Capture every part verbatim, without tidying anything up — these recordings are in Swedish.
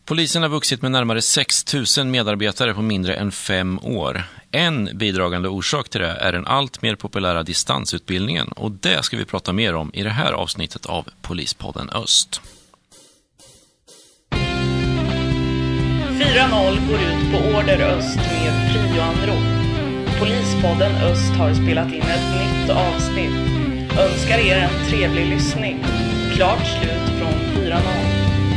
Polisen har vuxit med närmare sex tusen medarbetare på mindre än fem år. En bidragande orsak till det är den allt mer populära distansutbildningen, och det ska vi prata mer om i det här avsnittet av Polispodden Öst. fyra noll går ut på Order Öst med Prioandro. Polispodden Öst har spelat in ett nytt avsnitt. Önskar er en trevlig lyssning. Klart slut från fyra noll.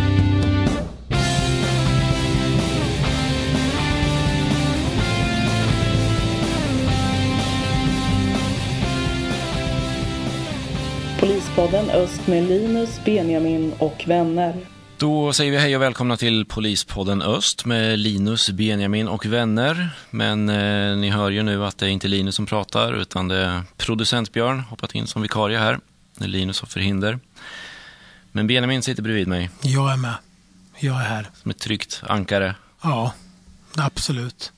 Polispodden Öst med Linus, Benjamin och vänner. Då säger vi hej och välkomna till Polispodden Öst med Linus, Benjamin och vänner. Men eh, ni hör ju nu att det är inte Linus som pratar, utan det är producent Björn hoppat in som vikarie här när Linus har förhinder. Men Benjamin sitter bredvid mig. Jag är med. Jag är här. Som ett tryggt ankare. Ja, absolut.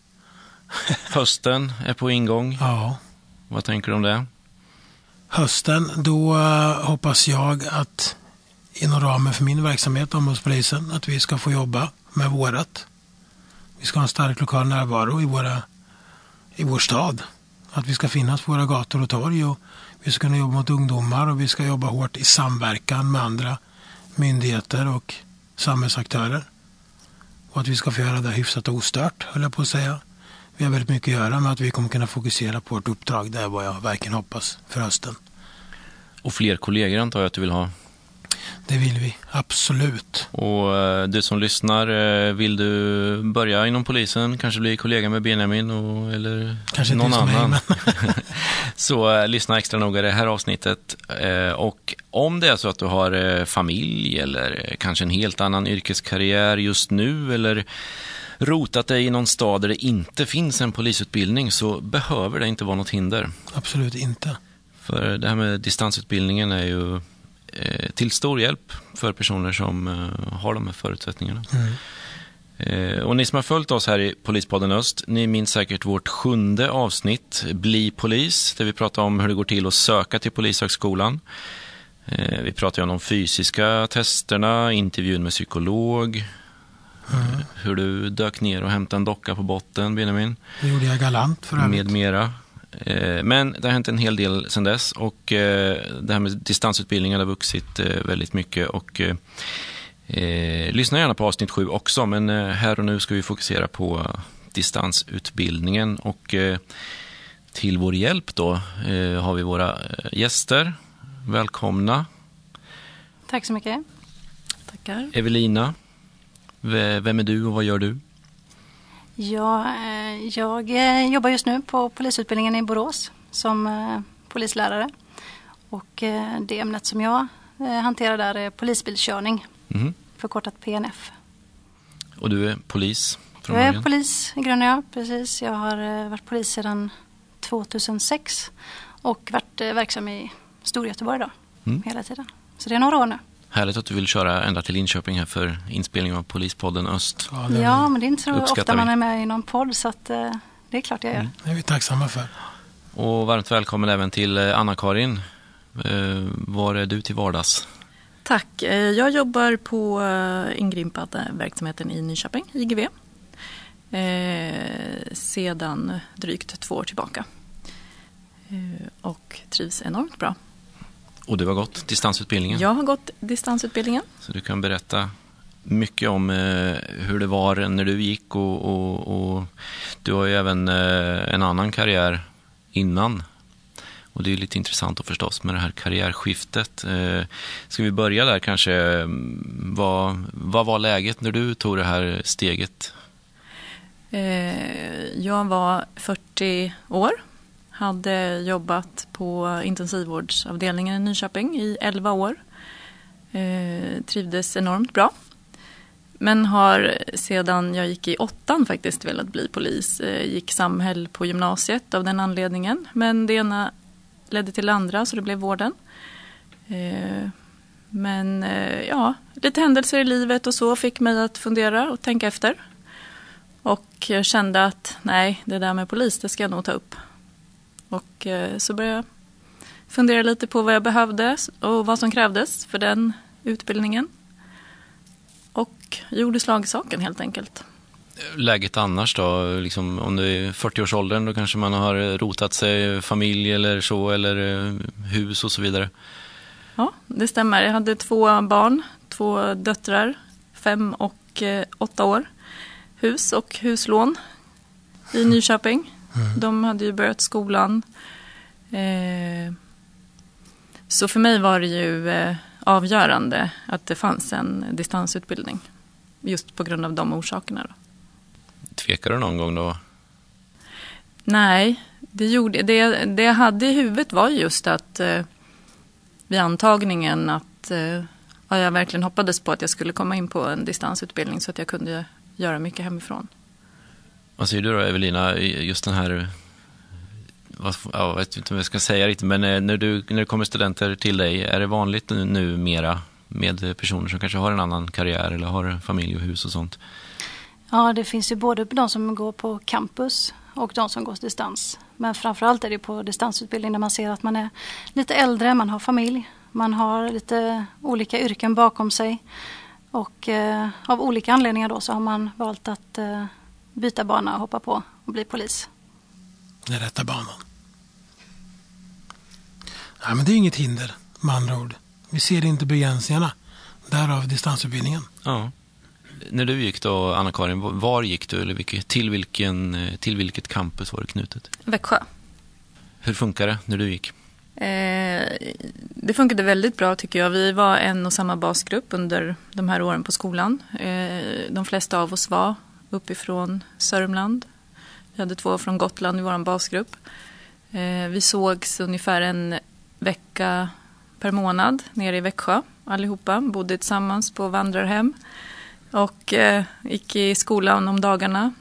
Hösten är på ingång. Ja. Vad tänker du om det? Hösten, då uh, hoppas jag att inom ramen för min verksamhet om hos polisen att vi ska få jobba med vårat. Vi ska ha en stark lokal närvaro i, våra, i vår stad. Att vi ska finnas på våra gator och torg, och vi ska kunna jobba mot ungdomar, och vi ska jobba hårt i samverkan med andra myndigheter och samhällsaktörer. Och att vi ska få göra det hyfsat och ostört, höll jag på att säga. Vi har väldigt mycket att göra med att vi kommer kunna fokusera på vårt uppdrag. Det är vad jag verkligen hoppas för hösten. Och fler kollegor antar jag att du vill ha? Det vill vi, absolut. Och eh, du som lyssnar, eh, vill du börja inom polisen? Kanske bli kollega med Benjamin och, eller kanske någon annan? Mig, men... Så eh, lyssna extra noga i det här avsnittet. Eh, och om det är så att du har eh, familj eller eh, kanske en helt annan yrkeskarriär just nu, eller rotat dig i någon stad där det inte finns en polisutbildning, så behöver det inte vara något hinder. Absolut inte. För det här med distansutbildningen är ju eh, till stor hjälp för personer som eh, har de här förutsättningarna. Mm. Eh, och ni som har följt oss här i Polispodden Öst, ni minns säkert vårt sjunde avsnitt, Bli polis, där vi pratar om hur det går till att söka till polishögskolan. Eh, vi pratar om de fysiska testerna, intervjun med psykolog, mm. hur du dök ner och hämtade en docka på botten, Benjamin. Det gjorde jag galant för övrigt. Med mera. Men det har hänt en hel del sedan dess, och det här med distansutbildningar har vuxit väldigt mycket, och eh, lyssna gärna på avsnitt sju också, men här och nu ska vi fokusera på distansutbildningen, och eh, till vår hjälp då eh, har vi våra gäster. Välkomna. Tack så mycket. Tackar. Evelina, vem är du och vad gör du? Ja, jag jobbar just nu på polisutbildningen i Borås som polislärare, och det ämnet som jag hanterar där är polisbilkörning, mm. förkortat P N F. Och du är polis från Jag är början? polis i grunden, ja, precis. Jag har varit polis sedan tvåtusensex och varit verksam i Storgöteborg då, mm. hela tiden. Så det är några år nu. Härligt att du vill köra ända till Linköping här för inspelning av Polispodden Öst. Ja, det ja men det är inte så ofta man är med i någon podd, så att, eh, det är klart jag gör. Mm. Det är vi tacksamma för. Och varmt välkommen även till Anna-Karin. Eh, var är du till vardags? Tack. Jag jobbar på ingrimpade verksamheten i Nyköping, I G V. Eh, sedan drygt två år tillbaka. Eh, och trivs enormt bra. Och du har gått distansutbildningen? Jag har gått distansutbildningen. Så du kan berätta mycket om eh, hur det var när du gick, och, och, och du har ju även eh, en annan karriär innan. Och det är ju lite intressant att förstås med det här karriärskiftet. Eh, ska vi börja där kanske? Vad, vad var läget när du tog det här steget? Eh, jag var fyrtio år. Hade jobbat på intensivvårdsavdelningen i Nyköping i elva år. Eh, trivdes enormt bra. Men har sedan jag gick i åttan faktiskt velat bli polis. Eh, gick samhäll på gymnasiet av den anledningen. Men det ena ledde till det andra, så det blev vården. Eh, men eh, ja, lite händelser i livet och så fick mig att fundera och tänka efter. Och jag kände att nej, det där med polis, det ska jag nog ta upp. Och eh, så började jag fundera lite på vad jag behövde och vad som krävdes för den utbildningen. och gjorde slagsaken helt enkelt. Läget annars då? Liksom, om du är fyrtio-årsåldern då kanske man har rotat sig familj eller så, eller hus och så vidare. Ja, det stämmer. Jag hade två barn, två döttrar, fem och eh, åtta år. Hus och huslån i Nyköping. Mm. De hade ju börjat skolan. Eh, så för mig var det ju eh, avgörande att det fanns en distansutbildning. Just på grund av de orsakerna då. Tvekar du någon gång då? Nej, det, gjorde, det, det jag hade i huvudet var just att eh, vid antagningen att eh, ja, jag verkligen hoppades på att jag skulle komma in på en distansutbildning så att jag kunde göra mycket hemifrån. Vad säger du då, Evelina, just den här, vad, jag vet inte vad jag ska säga riktigt, men när, du, när det kommer studenter till dig, är det vanligt nu mera med personer som kanske har en annan karriär eller har familj och hus och sånt? Ja, det finns ju både de som går på campus och de som går distans. Men framförallt är det på distansutbildning där man ser att man är lite äldre, man har familj, man har lite olika yrken bakom sig. Och eh, av olika anledningar då så har man valt att eh, byta bana och hoppa på och bli polis. Den rätta banan. Ja, men det är inget hinder med andra ord. Vi ser inte begränsningarna. Därav distansutbildningen. Ja. När du gick då, Anna-Karin, var gick du? Eller vilket, till, vilken, till vilket campus var det knutet? Växjö. Hur funkar det när du gick? Eh, det funkade väldigt bra tycker jag. Vi var en och samma basgrupp under de här åren på skolan. Eh, de flesta av oss var uppifrån Sörmland. Vi hade två från Gotland i vår basgrupp. Eh, vi sågs ungefär en vecka per månad nere i Växjö allihopa. Bodde tillsammans på vandrarhem. Och eh, gick i skolan om dagarna.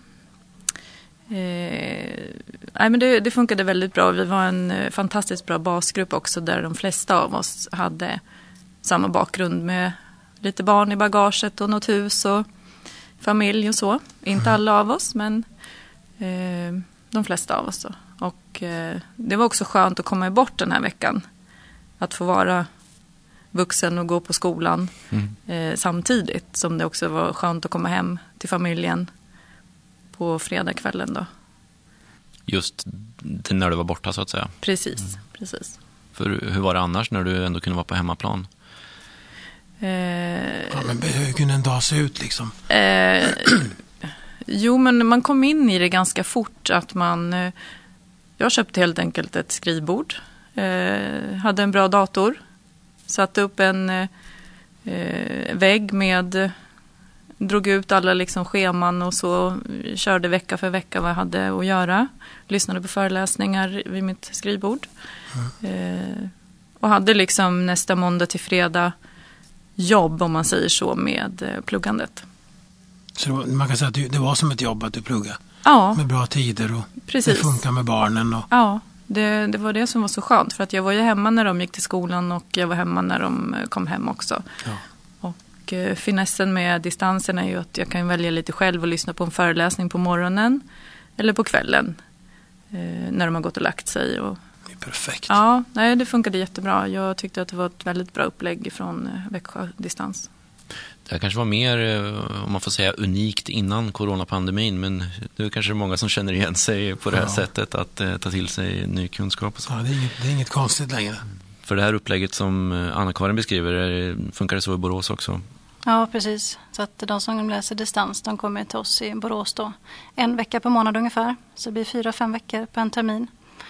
Eh, nej, men det, det funkade väldigt bra. Vi var en eh, fantastiskt bra basgrupp också. Där de flesta av oss hade samma bakgrund. Med lite barn i bagaget och något hus och familj och så. Inte alla av oss, men eh, de flesta av oss då. Och eh, det var också skönt att komma bort den här veckan. Att få vara vuxen och gå på skolan mm. eh, samtidigt som det också var skönt att komma hem till familjen på fredagskvällen då. Just när du var borta så att säga. Precis, mm. precis. För hur var det annars när du ändå kunde vara på hemmaplan? Eh, ja, men hur kunde en dag se ut liksom? Eh, jo, men man kom in i det ganska fort att man... Eh, jag köpte helt enkelt ett skrivbord. Eh, hade en bra dator. Satte upp en eh, vägg med, drog ut alla liksom scheman och så körde vecka för vecka vad jag hade att göra. Lyssnade på föreläsningar vid mitt skrivbord. Mm. Eh, och hade liksom nästa måndag till fredag jobb, om man säger så, med eh, pluggandet. Så det var, man kan säga att det var som ett jobb att du plugga? Ja. Med bra tider och precis. Det funkar med barnen? Och... Ja. Det, det var det som var så skönt. För att jag var ju hemma när de gick till skolan och jag var hemma när de kom hem också. Ja. Och eh, finessen med distansen är ju att jag kan välja lite själv och lyssna på en föreläsning på morgonen eller på kvällen. Eh, när de har gått och lagt sig. Och... Det är perfekt. Ja, nej, det funkade jättebra. Jag tyckte att det var ett väldigt bra upplägg från eh, Växjö distans. Det här kanske var mer, om man får säga, unikt innan coronapandemin, men det är kanske många som känner igen sig på det här ja. sättet att eh, ta till sig ny kunskap. Och så. Ja, det är, inget, det är inget konstigt längre. För det här upplägget som Anna-Karin beskriver, funkar det så i Borås också? Ja, precis. Så att de som läser distans, de kommer till oss i Borås då en vecka per månad ungefär. Så det blir fyra, fem veckor på en termin.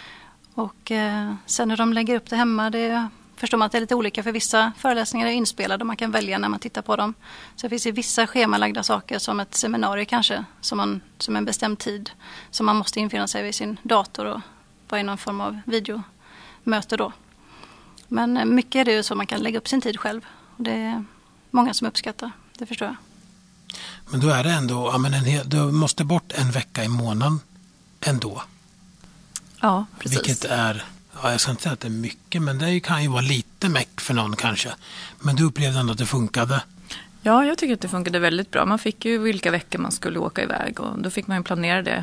Och eh, sen när de lägger upp det hemma, det förstår man att det är lite olika, för vissa föreläsningar är inspelade och man kan välja när man tittar på dem. Så det finns ju vissa schemalagda saker som ett seminarium kanske, som, man, som en bestämd tid, som man måste infinna sig vid sin dator och vara i någon form av videomöte då. Men mycket är det ju så man kan lägga upp sin tid själv. Och det är många som uppskattar, det förstår jag. Men då är det ändå, ja, men en hel, du måste bort en vecka i månaden ändå. Ja, precis. Vilket är... Ja, jag ska inte säga att det är mycket, men det kan ju vara lite mäck för någon kanske. Men du upplevde ändå att det funkade? Ja, jag tycker att det funkade väldigt bra. Man fick ju vilka veckor man skulle åka iväg och då fick man ju planera det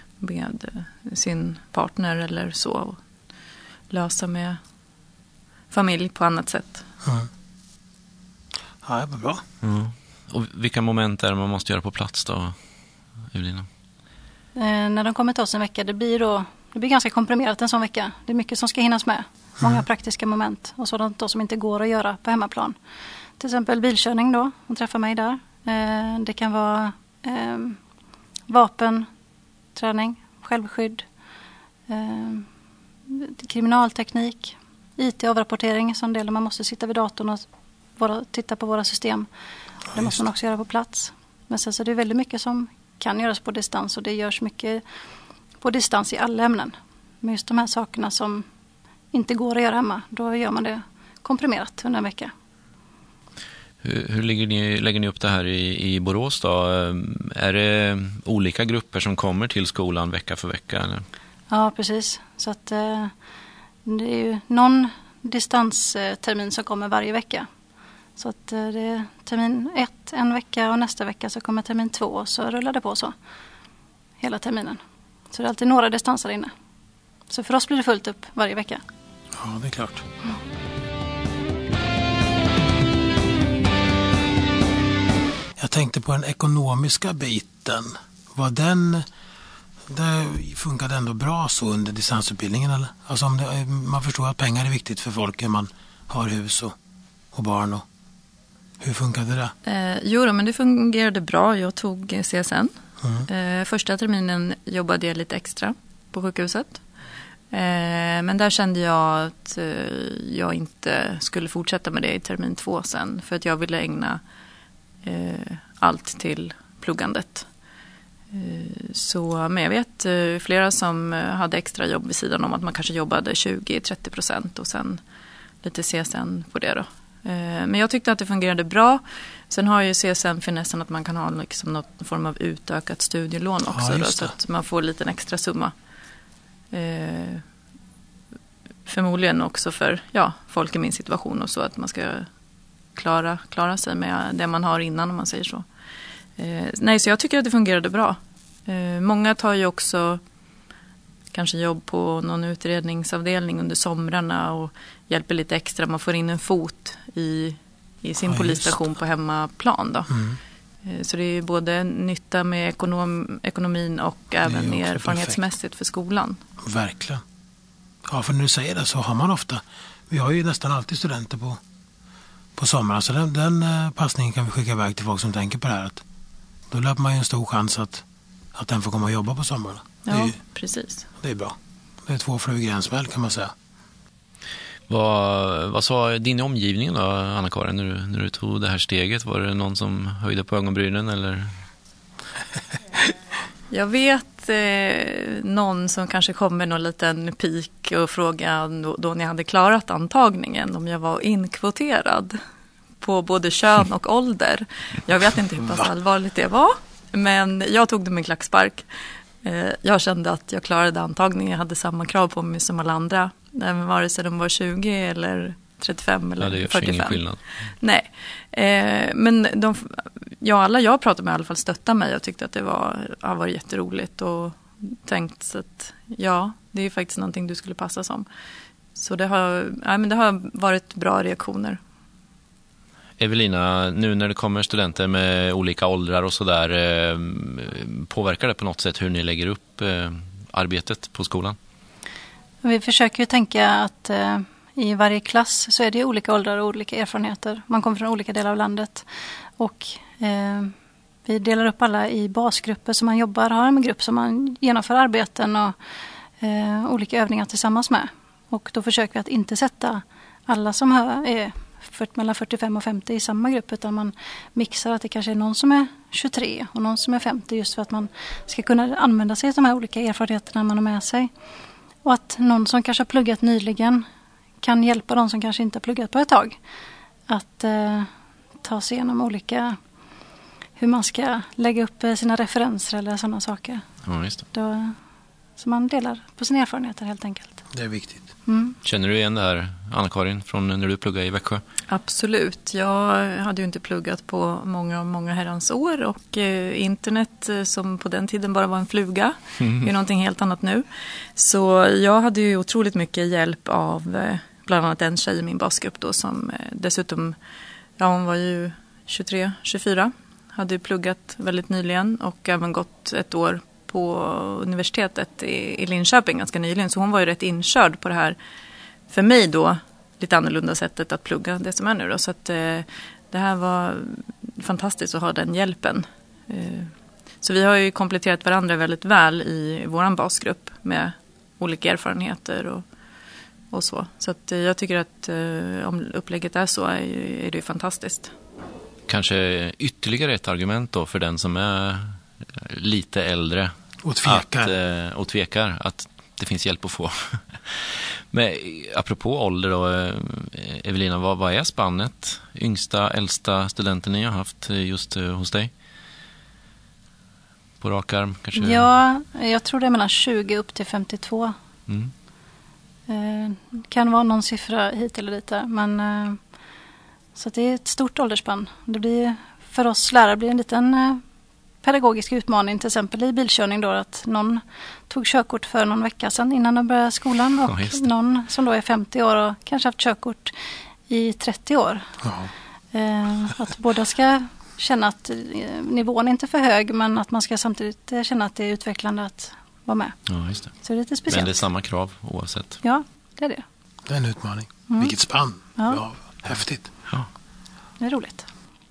med sin partner eller så och lösa med familj på annat sätt. Mm. Ja, det var bra. Mm. Och vilka moment är det man måste göra på plats då, Evelina? Eh, när de kommer till oss en vecka, det blir, då, det blir ganska komprimerat en sån vecka. Det är mycket som ska hinnas med. Många mm. praktiska moment och sådant då som inte går att göra på hemmaplan. Till exempel bilkörning då, hon träffar mig där. Eh, det kan vara eh, vapenträning, självskydd, eh, kriminalteknik, I T-avrapportering som del där man måste sitta vid datorn och våra, titta på våra system. Ja, det måste man också göra på plats. Men sen så är det väldigt mycket som kan göras på distans och det görs mycket på distans i alla ämnen. Men just de här sakerna som inte går att göra hemma, då gör man det komprimerat under en vecka. Hur, hur lägger, ni, lägger ni upp det här i, i Borås då? Är det olika grupper som kommer till skolan vecka för vecka? Eller? Ja, precis. Så att eh, det är ju någon distanstermin som kommer varje vecka. Så att eh, det är termin ett en vecka och nästa vecka så kommer termin två och så rullar det på så hela terminen. Så det är alltid några distanser inne. Så för oss blir det fullt upp varje vecka. Ja, det är klart. Mm. Jag tänkte på den ekonomiska biten. Var den, det funkade ändå bra så under distansutbildningen? Eller? Alltså om det, man förstår att pengar är viktigt för folk när man har hus och, och barn. Och, hur funkade det? Eh, jo då, men det fungerade bra. Jag tog C S N. Mm. Eh, första terminen jobbade jag lite extra på sjukhuset. Eh, men där kände jag att eh, jag inte skulle fortsätta med det i termin två sen. För att jag ville ägna eh, allt till pluggandet. Eh, så, men jag vet eh, flera som hade extra jobb vid sidan om att man kanske jobbade tjugo till trettio procent och sen lite C S N på det då. Men jag tyckte att det fungerade bra. Sen har ju C S N-finessen att man kan ha liksom någon form av utökat studielån också. Ja, då, så att man får lite en extra summa. Eh, förmodligen också för ja, folk i min situation och så att man ska klara, klara sig med det man har innan om man säger så. Eh, nej, så jag tycker att det fungerade bra. Eh, många tar ju också kanske jobb på någon utredningsavdelning under somrarna och hjälper lite extra. Man får in en fot i, i sin ja, polisstation på hemmaplan då. Mm. Så det är både nytta med ekonom, ekonomin och även erfarenhetsmässigt perfekt för skolan. Verkligen. Ja, för när du säger det så har man ofta, vi har ju nästan alltid studenter på, på sommaren. Så den, den passningen kan vi skicka iväg till folk som tänker på det här. Att då löper man ju en stor chans att, att den får komma och jobba på sommaren. Ja, det är ju, precis. Det är bra. Det är två flugor i en smäll kan man säga. Vad, vad sa din omgivning då, Anna-Karin, när du, när du tog det här steget? Var det någon som höjde på ögonbrynen eller? Jag vet eh, någon som kanske kom med någon liten pik och frågade då, då ni hade klarat antagningen om jag var inkvoterad på både kön och ålder. Jag vet inte hur pass allvarligt det var, men jag tog det med klackspark. Eh, jag kände att jag klarade antagningen. Jag hade samma krav på mig som alla andra. Även vare sig de var tjugo eller trettiofem eller ja, det gör fyrtiofem. Ingen skillnad. Nej, eh, men de, ja, alla jag pratade med i alla fall stöttade mig och tyckte att det var, har varit jätteroligt och tänkt att ja, det är faktiskt någonting du skulle passa som. Så det har, ja, men det har varit bra reaktioner. Evelina, nu när det kommer studenter med olika åldrar och sådär, eh, påverkar det på något sätt hur ni lägger upp eh, arbetet på skolan? Vi försöker ju tänka att eh, i varje klass så är det olika åldrar och olika erfarenheter. Man kommer från olika delar av landet och eh, vi delar upp alla i basgrupper som man jobbar, har en grupp som man genomför arbeten och eh, olika övningar tillsammans med. Och då försöker vi att inte sätta alla som hör, är för, mellan fyrtiofem och femtio i samma grupp, utan man mixar att det kanske är någon som är tjugotre och någon som är femtio, just för att man ska kunna använda sig av de här olika erfarenheterna man har med sig. Och att någon som kanske har pluggat nyligen kan hjälpa de som kanske inte har pluggat på ett tag att eh, ta sig igenom olika, hur man ska lägga upp sina referenser eller sådana saker. Ja, just det. Då, så man delar på sina erfarenheter helt enkelt. Det är viktigt. Mm. Känner du igen det här, Anna-Karin, från när du pluggade i Växjö? Absolut. Jag hade ju inte pluggat på många, många herrans år och eh, internet eh, som på den tiden bara var en fluga mm. är någonting helt annat nu. Så jag hade ju otroligt mycket hjälp av eh, bland annat en tjej i min basgrupp då som eh, dessutom, ja hon var ju tjugotre, tjugofyra hade ju pluggat väldigt nyligen och även gått ett år på universitetet i, i Linköping ganska nyligen. Så hon var ju rätt inkörd på det här, för mig då, lite annorlunda sättet att plugga det som är nu då. Så att eh, det här var fantastiskt att ha den hjälpen. Eh, så vi har ju kompletterat varandra väldigt väl i våran basgrupp med olika erfarenheter och, och så. Så att eh, jag tycker att eh, om upplägget är så är, är det ju fantastiskt. Kanske ytterligare ett argument då för den som är lite äldre och tvekar. Att, och tvekar att det finns hjälp att få. Men apropå ålder då, Evelina, vad, vad är spannet? Yngsta, äldsta studenten ni har haft just hos dig? På rak arm kanske? Ja, jag tror det är mellan tjugo upp till femtiotvå. Mm. Eh, kan vara någon siffra hit eller dit där, men eh, så det är ett stort åldersspann. Det blir, för oss lärare blir en liten eh, pedagogisk utmaning, till exempel i bilkörning då, att någon tog körkort för någon vecka sedan innan de började skolan och ja, någon som då är femtio år och kanske haft körkort i trettio år. Ja. Eh, att båda ska känna att eh, nivån är inte för hög, men att man ska samtidigt eh, känna att det är utvecklande att vara med. Ja, just det. Så det är lite speciellt. Men det är samma krav oavsett. Ja, det är det. Det är en utmaning. Mm. Vilket spann. Ja. Ja, häftigt. Ja. Det är roligt.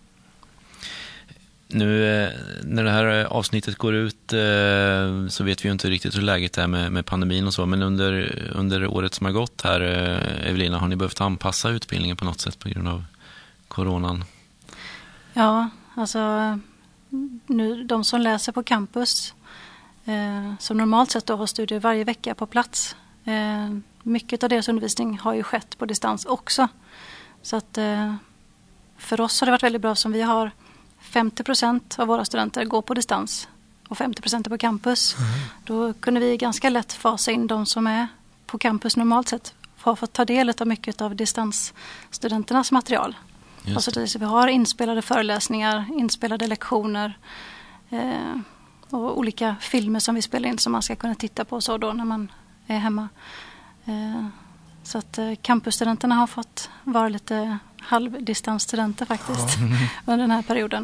Nu när det här avsnittet går ut så vet vi ju inte riktigt hur läget är med, med pandemin och så, men under, under året som har gått här, Evelina, har ni behövt anpassa utbildningen på något sätt på grund av coronan? Ja, alltså nu, de som läser på campus eh, som normalt sett då har studier varje vecka på plats. Eh, mycket av deras undervisning har ju skett på distans också. Så att eh, för oss har det varit väldigt bra som vi har femtio procent av våra studenter går på distans och femtio procent är på campus. Mm. Då kunde vi ganska lätt fasa in de som är på campus normalt sett. Har fått ta del av mycket av distansstudenternas material. Alltså, så vi har inspelade föreläsningar, inspelade lektioner eh, och olika filmer som vi spelar in som man ska kunna titta på så då när man är hemma. Eh, så att eh, campusstudenterna har fått vara lite halvdistansstudenter faktiskt ja. under den här perioden.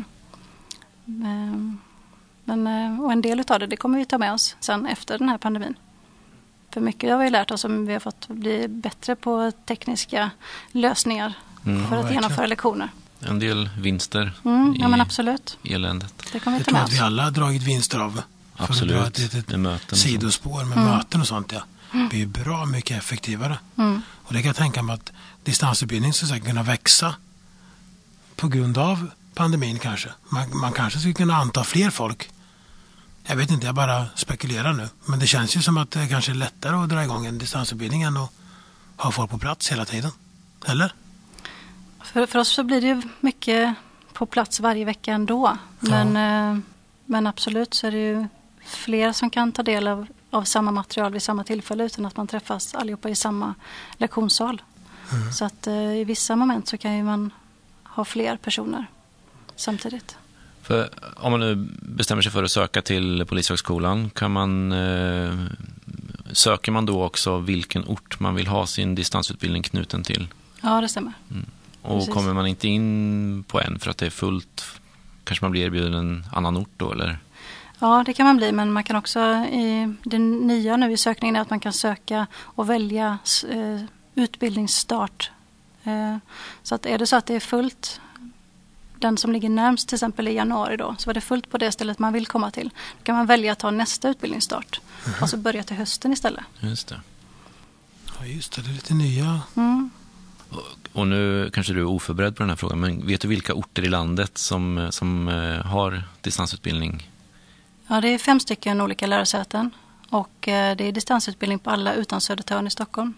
Eh, men, eh, och en del av det, det kommer vi ta med oss sen efter den här pandemin. För mycket har vi lärt oss om vi har fått bli bättre på tekniska lösningar. Mm, för att genomföra lektioner. En del vinster mm, i ja, men absolut. eländet. Det kommer vi ta Jag tror med att vi alla har dragit vinster av. Absolut. För att dra ett, ett med möten sidospår med mm. möten och sånt. Ja. Mm. Det är bra mycket effektivare. Mm. Och det kan jag tänka mig att distansutbildning ska kunna växa på grund av pandemin kanske. Man, man kanske skulle kunna anta fler folk. Jag vet inte, jag bara spekulerar nu. Men det känns ju som att det kanske är lättare att dra igång en distansutbildning än att ha folk på plats hela tiden. Eller? För, för oss så blir det ju mycket på plats varje vecka ändå. Men, ja. eh, men absolut så är det ju fler som kan ta del av, av samma material vid samma tillfälle utan att man träffas allihopa i samma lektionssal. Mm. Så att eh, i vissa moment så kan ju man ha fler personer samtidigt. För om man nu bestämmer sig för att söka till Polishögskolan, kan man, eh, söker man då också vilken ort man vill ha sin distansutbildning knuten till? Ja, det stämmer. Mm. Och Precis. Kommer man inte in på en för att det är fullt, kanske man blir erbjuden en annan ort då, eller? Ja, det kan man bli, men man kan också, i det nya nu i sökningen är att man kan söka och välja eh, utbildningsstart. Eh, så att är det så att det är fullt, den som ligger närmst till exempel i januari då, så var det fullt på det stället man vill komma till. Då kan man välja att ta nästa utbildningsstart, mm. alltså börja till hösten istället. Just det. Ja, just det, det är lite nya. Mm. Och nu kanske du är oförberedd på den här frågan, men vet du vilka orter i landet som, som har distansutbildning? Ja, det är fem stycken olika lärosäten och det är distansutbildning på alla utan Södertörn i Stockholm.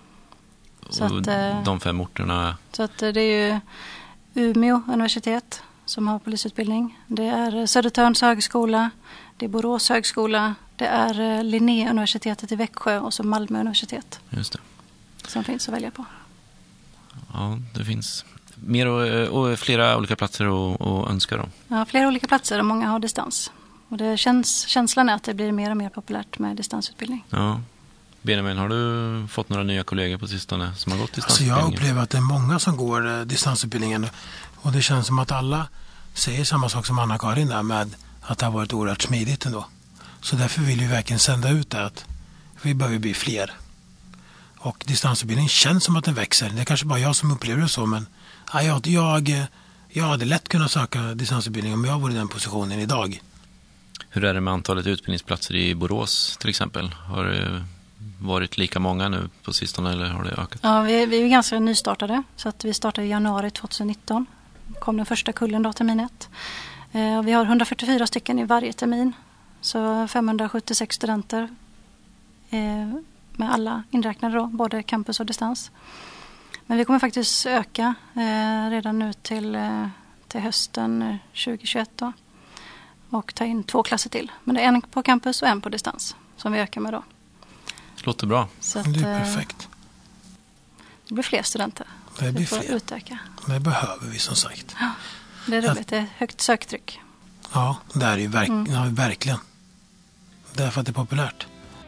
Så och att, de fem orterna? Så att det är ju Umeå universitet som har polisutbildning. Det är Södertörns högskola, det är Borås högskola, det är Linnéuniversitetet i Växjö och så Malmö universitet. Just det. Som finns att välja på. Ja, det finns mer och, och flera olika platser att, att önska då. Ja, flera olika platser och många har distans. Och det känns, känslan är att det blir mer och mer populärt med distansutbildning. Ja. Benjamin, har du fått några nya kollegor på sistone som har gått distansutbildning? Alltså jag upplever att det är många som går eh, distansutbildningen och det känns som att alla säger samma sak som Anna-Karin där med att det har varit oerhört smidigt ändå. Så därför vill vi verkligen sända ut det att vi behöver bli fler. Och distansutbildning känns som att den växer. Det är kanske bara jag som upplever det så, men ja, jag, jag, jag hade lätt kunnat söka distansutbildning om jag vore i den positionen idag. Hur är det med antalet utbildningsplatser i Borås till exempel? Har det varit lika många nu på sistone eller har det ökat? Ja, vi, vi är ganska nystartade. Så att vi startade i januari tjugonitton. Kom den första kullen då, termin ett. Eh, vi har hundrafyrtiofyra stycken i varje termin. Så femhundrasjuttiosex studenter. Eh, med alla inräknade då, både campus och distans. Men vi kommer faktiskt öka eh, redan nu till, eh, till hösten tjugohundratjugoett då. Och ta in två klasser till. Men det är en på campus och en på distans som vi ökar med då. Det låter bra. Så att, det är perfekt. Det blir fler studenter. Det blir fler. Utöka. Det behöver vi som sagt. Ja, det är roligt. Det är högt söktryck. Ja, det är ju verk- mm. ja, verkligen. Därför att det är populärt.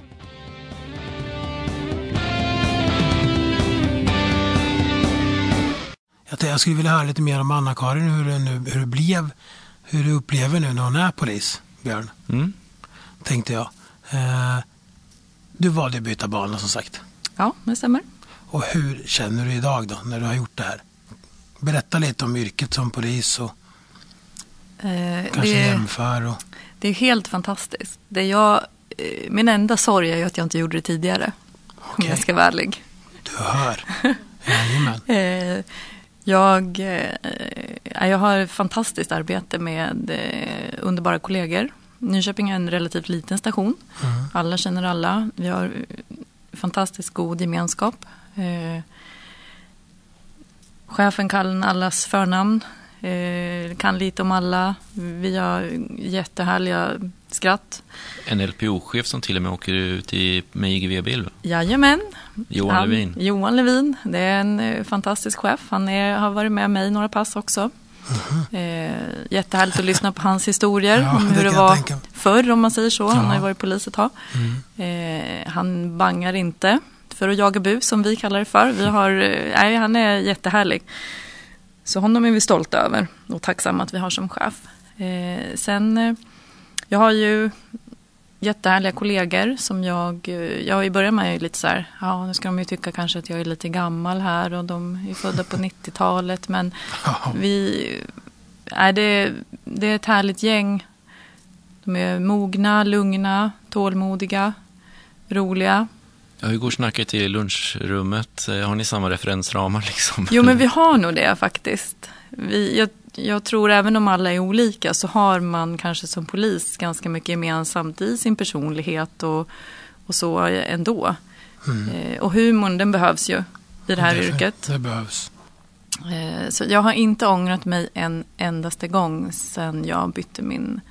Jag skulle vilja höra lite mer om Anna-Karin, hur det, nu, hur det blev, hur du upplever nu när hon är polis, Björn. Mm. Tänkte jag. Eh, du valde att byta bana som sagt. Ja, det stämmer. Och hur känner du idag då när du har gjort det här? Berätta lite om yrket som polis och eh, kanske det, jämför. Och... Det är helt fantastiskt. Det jag, eh, min enda sorg är ju att jag inte gjorde det tidigare. Okay. Om jag ska vara ärlig. Du hör. Jajamän. eh, Jag, eh, jag har ett fantastiskt arbete med eh, underbara kollegor. Nyköping är en relativt liten station. Mm. Alla känner alla. Vi har fantastiskt god gemenskap. Eh, chefen kan allas förnamn. Eh, kan lite om alla. Vi har jättehärliga skratt. En L P O-chef som till och med åker ut i, med I G V-bil. Jajamän. Johan Han, Levin. Johan Levin. Det är en eh, fantastisk chef. Han är, har varit med mig i några pass också. Mm-hmm. Eh, jättehärligt att lyssna på hans historier. Ja, om hur det det var tänka. förr, om man säger så. Ja. Han har ju varit polis ett tag. Mm. Eh, han bangar inte för att jaga bus, som vi kallar det för. Vi har, eh, nej, han är jättehärlig. Så honom är vi stolta över och tacksamma att vi har som chef. Eh, sen, eh, jag har ju jättehärliga kollegor som jag, jag i början med är lite så här, ja nu ska de ju tycka kanske att jag är lite gammal här och de är födda på nittiotalet, men vi, är det, det är ett härligt gäng. De är mogna, lugna, tålmodiga, roliga. Ja, hur går snacket till lunchrummet? Har ni samma referensramar liksom? Jo, men vi har nog det faktiskt. Vi, jag, jag tror även om alla är olika så har man kanske som polis ganska mycket gemensamt i sin personlighet och, och så ändå. Mm. Eh, och humorn, den behövs ju i det här det, yrket. Det behövs. Eh, så jag har inte ångrat mig en endaste gång sedan jag bytte min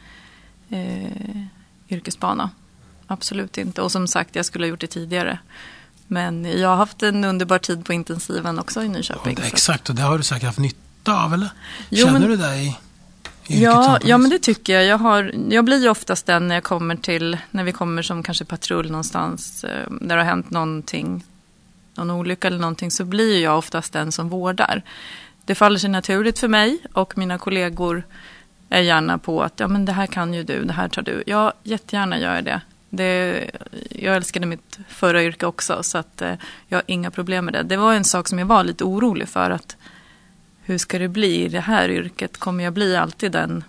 eh, yrkesbana. Absolut inte. Och som sagt, jag skulle ha gjort det tidigare. Men jag har haft en underbar tid på intensiven också i Nyköping. Ja, exakt, och det har du säkert haft nytta av, eller? Jo, Känner men, du det i, i ja, ja, men det tycker jag. Jag, har, jag blir ju oftast den när jag kommer till, när vi kommer som kanske patrull någonstans där det har hänt någonting, någon olycka eller någonting, så blir jag oftast den som vårdar. Det faller sig naturligt för mig och mina kollegor är gärna på att ja, men det här kan ju du, det här tar du. Ja, jättegärna gör jag det. Det, jag älskade mitt förra yrke också, så att eh, jag har inga problem med det. Det var en sak som jag var lite orolig för, att hur ska det bli i det här yrket? Kommer jag bli alltid den,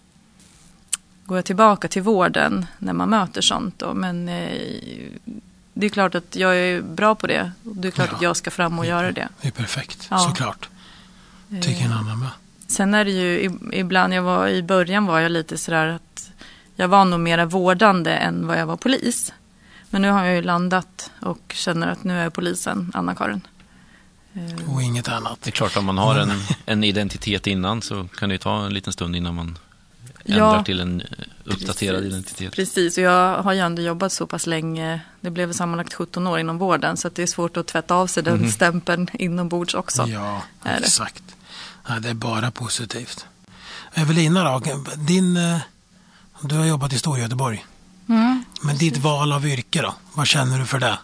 går jag tillbaka till vården när man möter sånt då? Men eh, det är klart att jag är bra på det, och det är klart ja, att jag ska fram och är, göra det. Det är perfekt, ja. Såklart. Tycker en annan med. Sen är det ju ibland, jag var, i början var jag lite sådär att jag var nog mera vårdande än vad jag var polis. Men nu har jag ju landat och känner att nu är jag polisen, Anna-Karin. Och inget annat. Det är klart, om man har en, en identitet innan så kan det ju ta en liten stund innan man ändrar ja, till en uppdaterad precis, identitet. Precis, och jag har ju ändå jobbat så pass länge. Det blev sammanlagt sjutton år inom vården, så att det är svårt att tvätta av sig den mm. stämpeln inombords också. Ja, exakt. Ja, det är bara positivt. Evelina då, din... Du har jobbat i Storgöteborg. Mm, men ditt val av yrke då? Vad känner du för det?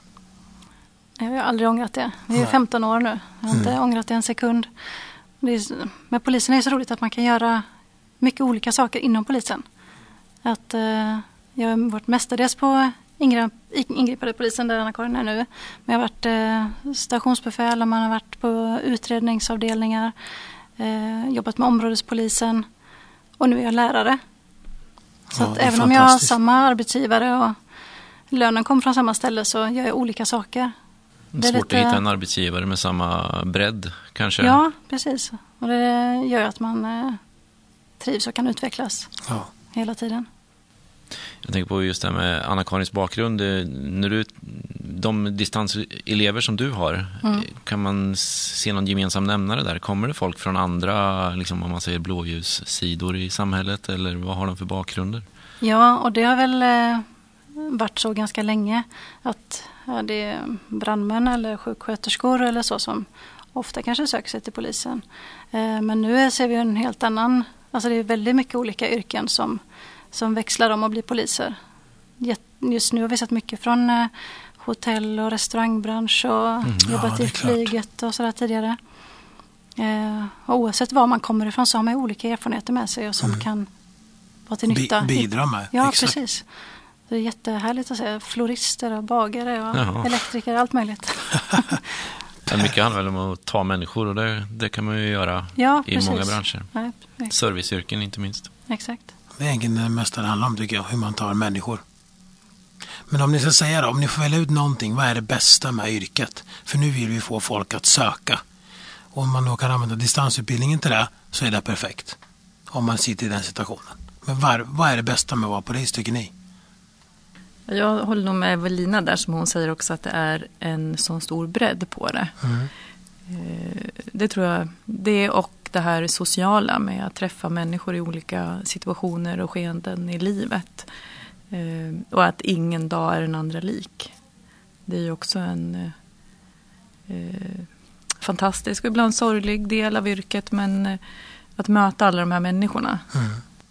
Jag har aldrig ångrat det. Det är Nej. femton år nu. Jag har inte mm. ångrat det en sekund. Det är, med polisen är det så roligt att man kan göra mycket olika saker inom polisen. Att eh, jag har varit mestadels på ingrip, ingripande polisen där Anna-Karin är nu. Men jag har varit eh, stationsbefäl och man har varit på utredningsavdelningar. Eh, jobbat med områdespolisen. Och nu är jag lärare. Så Ja, att det är även om jag har fantastiskt. samma arbetsgivare och lönen kommer från samma ställe så gör jag olika saker. Det är svårt lite- att hitta en arbetsgivare med samma bredd kanske. Ja, precis. Och det gör att man eh, trivs och kan utvecklas Ja. hela tiden. Jag tänker på just det här med Anna-Karins bakgrund. Eh, När du, de distanselever som du har, Mm. eh, kan man se någon gemensam nämnare där? Kommer det folk från andra, liksom, om man säger blåljussidor i samhället, eller vad har de för bakgrunder? Ja, och det har väl eh, varit så ganska länge att ja, det är brandmän eller sjuksköterskor eller så som ofta kanske söker sig till polisen. Eh, men nu ser vi en helt annan, alltså det är väldigt mycket olika yrken som, som växlar om och blir poliser. Jät- Just nu har vi sett mycket från eh, hotell- och restaurangbransch och Mm, ja, jobbat det är i klart. flyget och sådär tidigare. Eh, och oavsett var man kommer ifrån så har man olika erfarenheter med sig och som kan vara till nytta. Bi- bidra med. Ja, Exakt. precis. Det är jättehärligt att säga florister och bagare och Jaha. elektriker, allt möjligt. Ja, mycket handlar väl om att ta människor, och det, det kan man ju göra Ja, i precis. många branscher. Ja, ex- Serviceyrken inte minst. exakt. Det är egentligen det mesta det handlar om, tycker jag, hur man tar människor. Men om ni ska säga då, om ni får välja ut någonting, vad är det bästa med yrket? För nu vill vi få folk att söka. Och om man då kan använda distansutbildningen till det, så är det perfekt. Om man sitter i den situationen. Men var, vad är det bästa med att vara polis, tycker ni? Jag håller nog med Evelina där, som hon säger också, att det är en sån stor bredd på det. Mm. Eh, Det tror jag, det och det här sociala med att träffa människor i olika situationer och skeenden i livet. Eh, Och att ingen dag är en andra lik. Det är ju också en eh, fantastisk och ibland sorglig del av yrket, men eh, att möta alla de här människorna. Mm.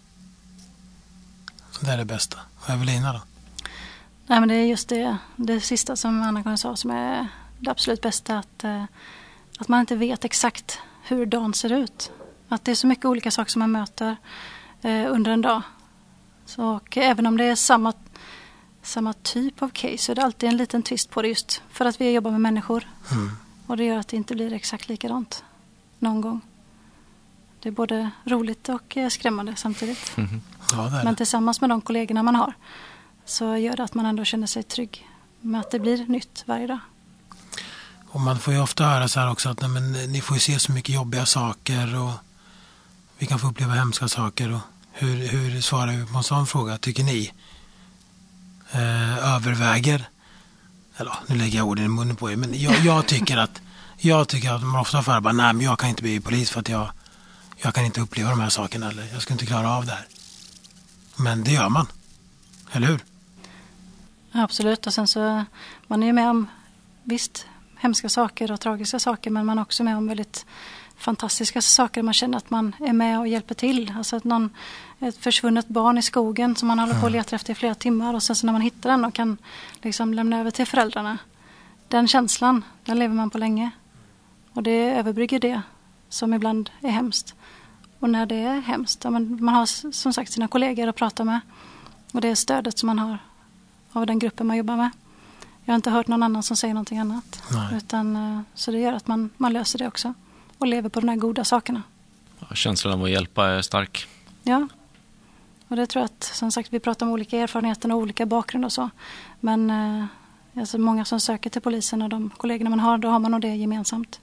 Det är det bästa. Och Evelina då? Nej, men det är just det, det sista som Anna-Karin sa som är det absolut bästa. Att, eh, att man inte vet exakt hur dagen ser ut. Att det är så mycket olika saker som man möter eh, under en dag. Så, och även om det är samma, samma typ av case så är det alltid en liten twist på det, just för att vi jobbar med människor. Mm. Och det gör att det inte blir exakt likadant någon gång. Det är både roligt och eh, skrämmande samtidigt. Mhm. Ja, det är Men det. tillsammans med de kollegorna man har så gör det att man ändå känner sig trygg med att det blir nytt varje dag. Och man får ju ofta höra så här också att nej, men, ni får ju se så mycket jobbiga saker och vi kan få uppleva hemska saker. Och hur, hur svarar vi på en sån fråga, tycker ni? Eh, överväger, eller nu lägger jag orden i munnen på er, men jag, jag tycker att jag tycker att man ofta får bara, nej men jag kan inte bli polis för att jag, jag kan inte uppleva de här sakerna, eller jag ska inte klara av det här. Men det gör man, eller hur? Absolut, och sen så man är ju med om visst hemska saker och tragiska saker, men man är också med om väldigt fantastiska saker. Man känner att man är med och hjälper till. Alltså att någon, ett försvunnet barn i skogen som man håller på att leta efter i flera timmar, och sen så när man hittar den och kan liksom lämna över till föräldrarna. Den känslan, den lever man på länge. Och det överbrygger det som ibland är hemskt. Och när det är hemskt, ja, man, man har som sagt sina kollegor att prata med. Och det är stödet som man har av den gruppen man jobbar med. Jag har inte hört någon annan som säger någonting annat. Nej. Utan, eh, så det gör att man, man löser det också. Och lever på de här goda sakerna. Ja, känslan av att hjälpa är stark. Ja. Och det tror jag att, som sagt, vi pratar om olika erfarenheter och olika bakgrund och så. Men eh, alltså många som söker till polisen och de kollegorna man har, då har man nog det gemensamt.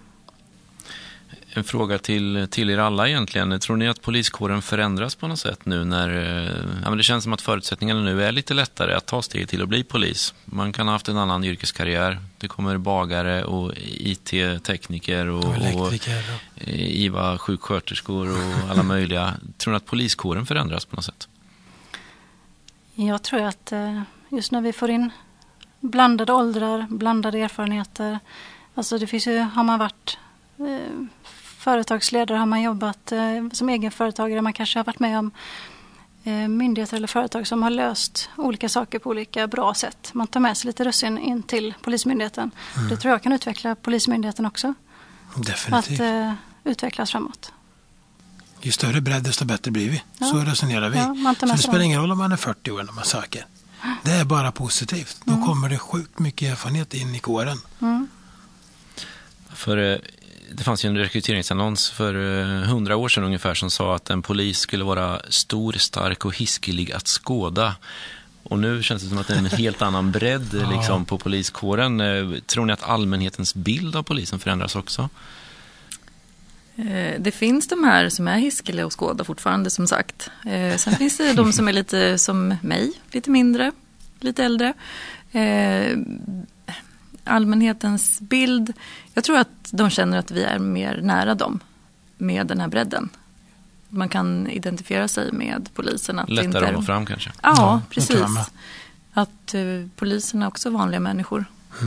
En fråga till, till er alla egentligen. Tror ni att poliskåren förändras på något sätt nu när ja, men det känns som att förutsättningarna nu är lite lättare att ta steg till att bli polis? Man kan ha haft en annan yrkeskarriär. Det kommer bagare och I T-tekniker och, Och elektriker. och I V A-sjuksköterskor och alla möjliga. Tror ni att poliskåren förändras på något sätt? Jag tror att eh, just när vi får in blandade åldrar, blandade erfarenheter. Alltså det finns ju, har man varit eh, företagsledare, har man jobbat eh, som egenföretagare, man kanske har varit med om eh, myndigheter eller företag som har löst olika saker på olika bra sätt. Man tar med sig lite russin in till Polismyndigheten. Mm. Det tror jag kan utveckla Polismyndigheten också. Definitivt. Att eh, utvecklas framåt. Ju större bredd desto bättre blir vi. Ja. Så resonerar vi. Ja, man tar så med det sig spelar dem. ingen roll om man är fyrtio år när man söker. Det är bara positivt. Då Mm. kommer det sjukt mycket erfarenhet in i kåren. Mm. För eh, det fanns ju en rekryteringsannons för hundra år sedan ungefär som sa att en polis skulle vara stor, stark och hiskelig att skåda. Och nu känns det som att det är en helt annan bredd Ja. liksom, på poliskåren. Eh, Tror ni att allmänhetens bild av polisen förändras också? Eh, Det finns de här som är hiskeliga och skåda fortfarande, som sagt. Eh, Sen finns det de som är lite som mig, lite mindre, lite äldre. Eh, Allmänhetens bild, jag tror att de känner att vi är mer nära dem med den här bredden. Man kan identifiera sig med polisen. Att det inte Lättare är... att nå fram kanske? Ja, Ja, det tror jag precis. med. Att eh, polisen är också vanliga människor.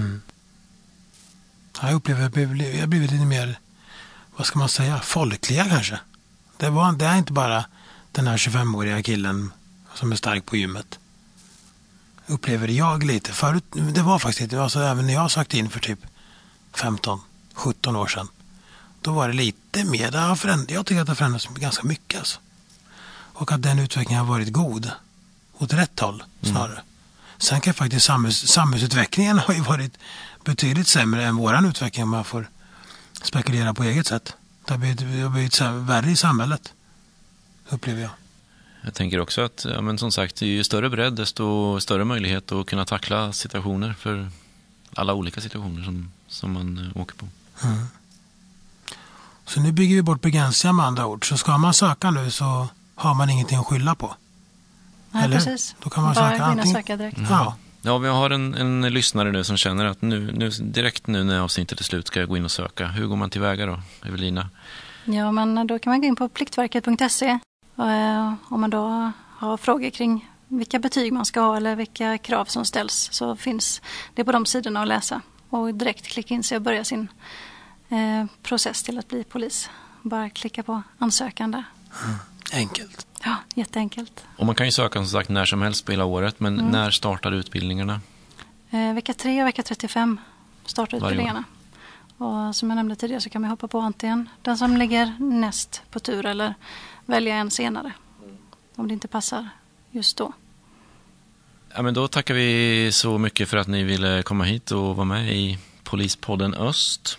Ja, jag upplever att jag har blivit- jag har blivit lite mer, vad ska man säga, folkliga kanske. Det, var, det är inte bara den här tjugofemåriga killen som är stark på gymmet. Upplever jag lite. Förut, det var faktiskt inte, alltså även när jag sökte in för typ femton sjutton år sedan. Då var det lite mer, det har föränd- jag tycker att det har förändrats ganska mycket alltså. Och att den utvecklingen har varit god. Åt rätt håll snarare. Mm. Sen kan faktiskt samhälls, samhällsutvecklingen har ju varit betydligt sämre än våran utveckling om man får spekulera på eget sätt. Det har blivit, det har blivit så här värre i samhället, upplever jag. Jag tänker också att, ja, men som sagt, ju större bredd desto större möjlighet att kunna tackla situationer för alla olika situationer som, som man eh, åker på. Mm. Så nu bygger vi bort begränsningar med andra ord. Så ska man söka nu så har man ingenting att skylla på. Nej, Eller? precis. Då kan man Bara söka gå in och antingen- söka direkt. Ja, Ja, vi har en, en lyssnare nu som känner att nu, nu, direkt nu när avsnittet är slut ska jag gå in och söka. Hur går man tillväga då, Evelina? Ja, men då kan man gå in på pliktverket punkt se och, eh, om man då har frågor kring vilka betyg man ska ha eller vilka krav som ställs, så finns det på de sidorna att läsa och direkt klicka in sig och börja sin eh, process till att bli polis. Bara klicka på ansökan där. enkelt. Ja, jätteenkelt. Och man kan ju söka som sagt när som helst på hela året, men Mm. när startar utbildningarna? Eh, vecka tre och vecka trettiofem startar Varje år. utbildningarna. Och som jag nämnde tidigare så kan man hoppa på antingen den som ligger näst på tur eller välja en senare. Om det inte passar just då. Ja, men då tackar vi så mycket för att ni ville komma hit och vara med i Polispodden Öst.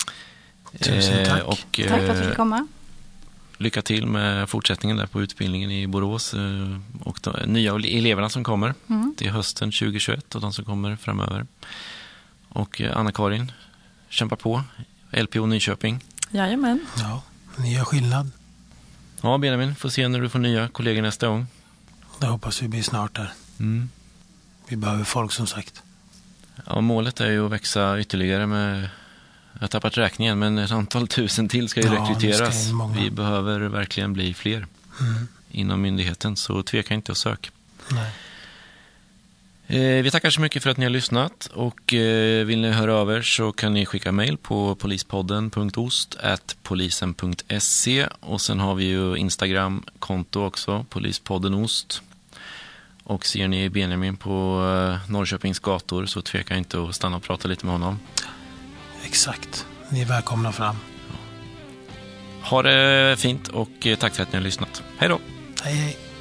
Tusen tack. Eh, och, Tack för att du eh, fick komma. lycka till med fortsättningen där på utbildningen i Borås eh, och de nya eleverna som kommer Mm. till hösten tjugohundratjugoett och de som kommer framöver. Och eh, Anna-Karin, kämpa på. L P O Nyköping. Jajamän. Ja, ni gör skillnad. Ja, Benjamin, får se när du får nya kollegor nästa gång. Det hoppas vi blir snart där. Mm. Vi behöver folk som sagt. Ja, målet är ju att växa ytterligare med, jag har tappat räkningen, men ett antal tusen till ska ju Ja, det ska rekryteras. in många. Vi behöver verkligen bli fler Mm. inom myndigheten, så tveka inte att söka. Nej. Eh, vi tackar så mycket för att ni har lyssnat och eh, vill ni höra över så kan ni skicka mejl på polispodden punkt ost at polisen punkt se och sen har vi ju Instagram-konto också, polispodden ost. Och ser ni Benjamin på eh, Norrköpings gator så tveka inte att stanna och prata lite med honom. Exakt. Ni är välkomna fram. Ha det fint och eh, tack för att ni har lyssnat. Hej då! Hej hej.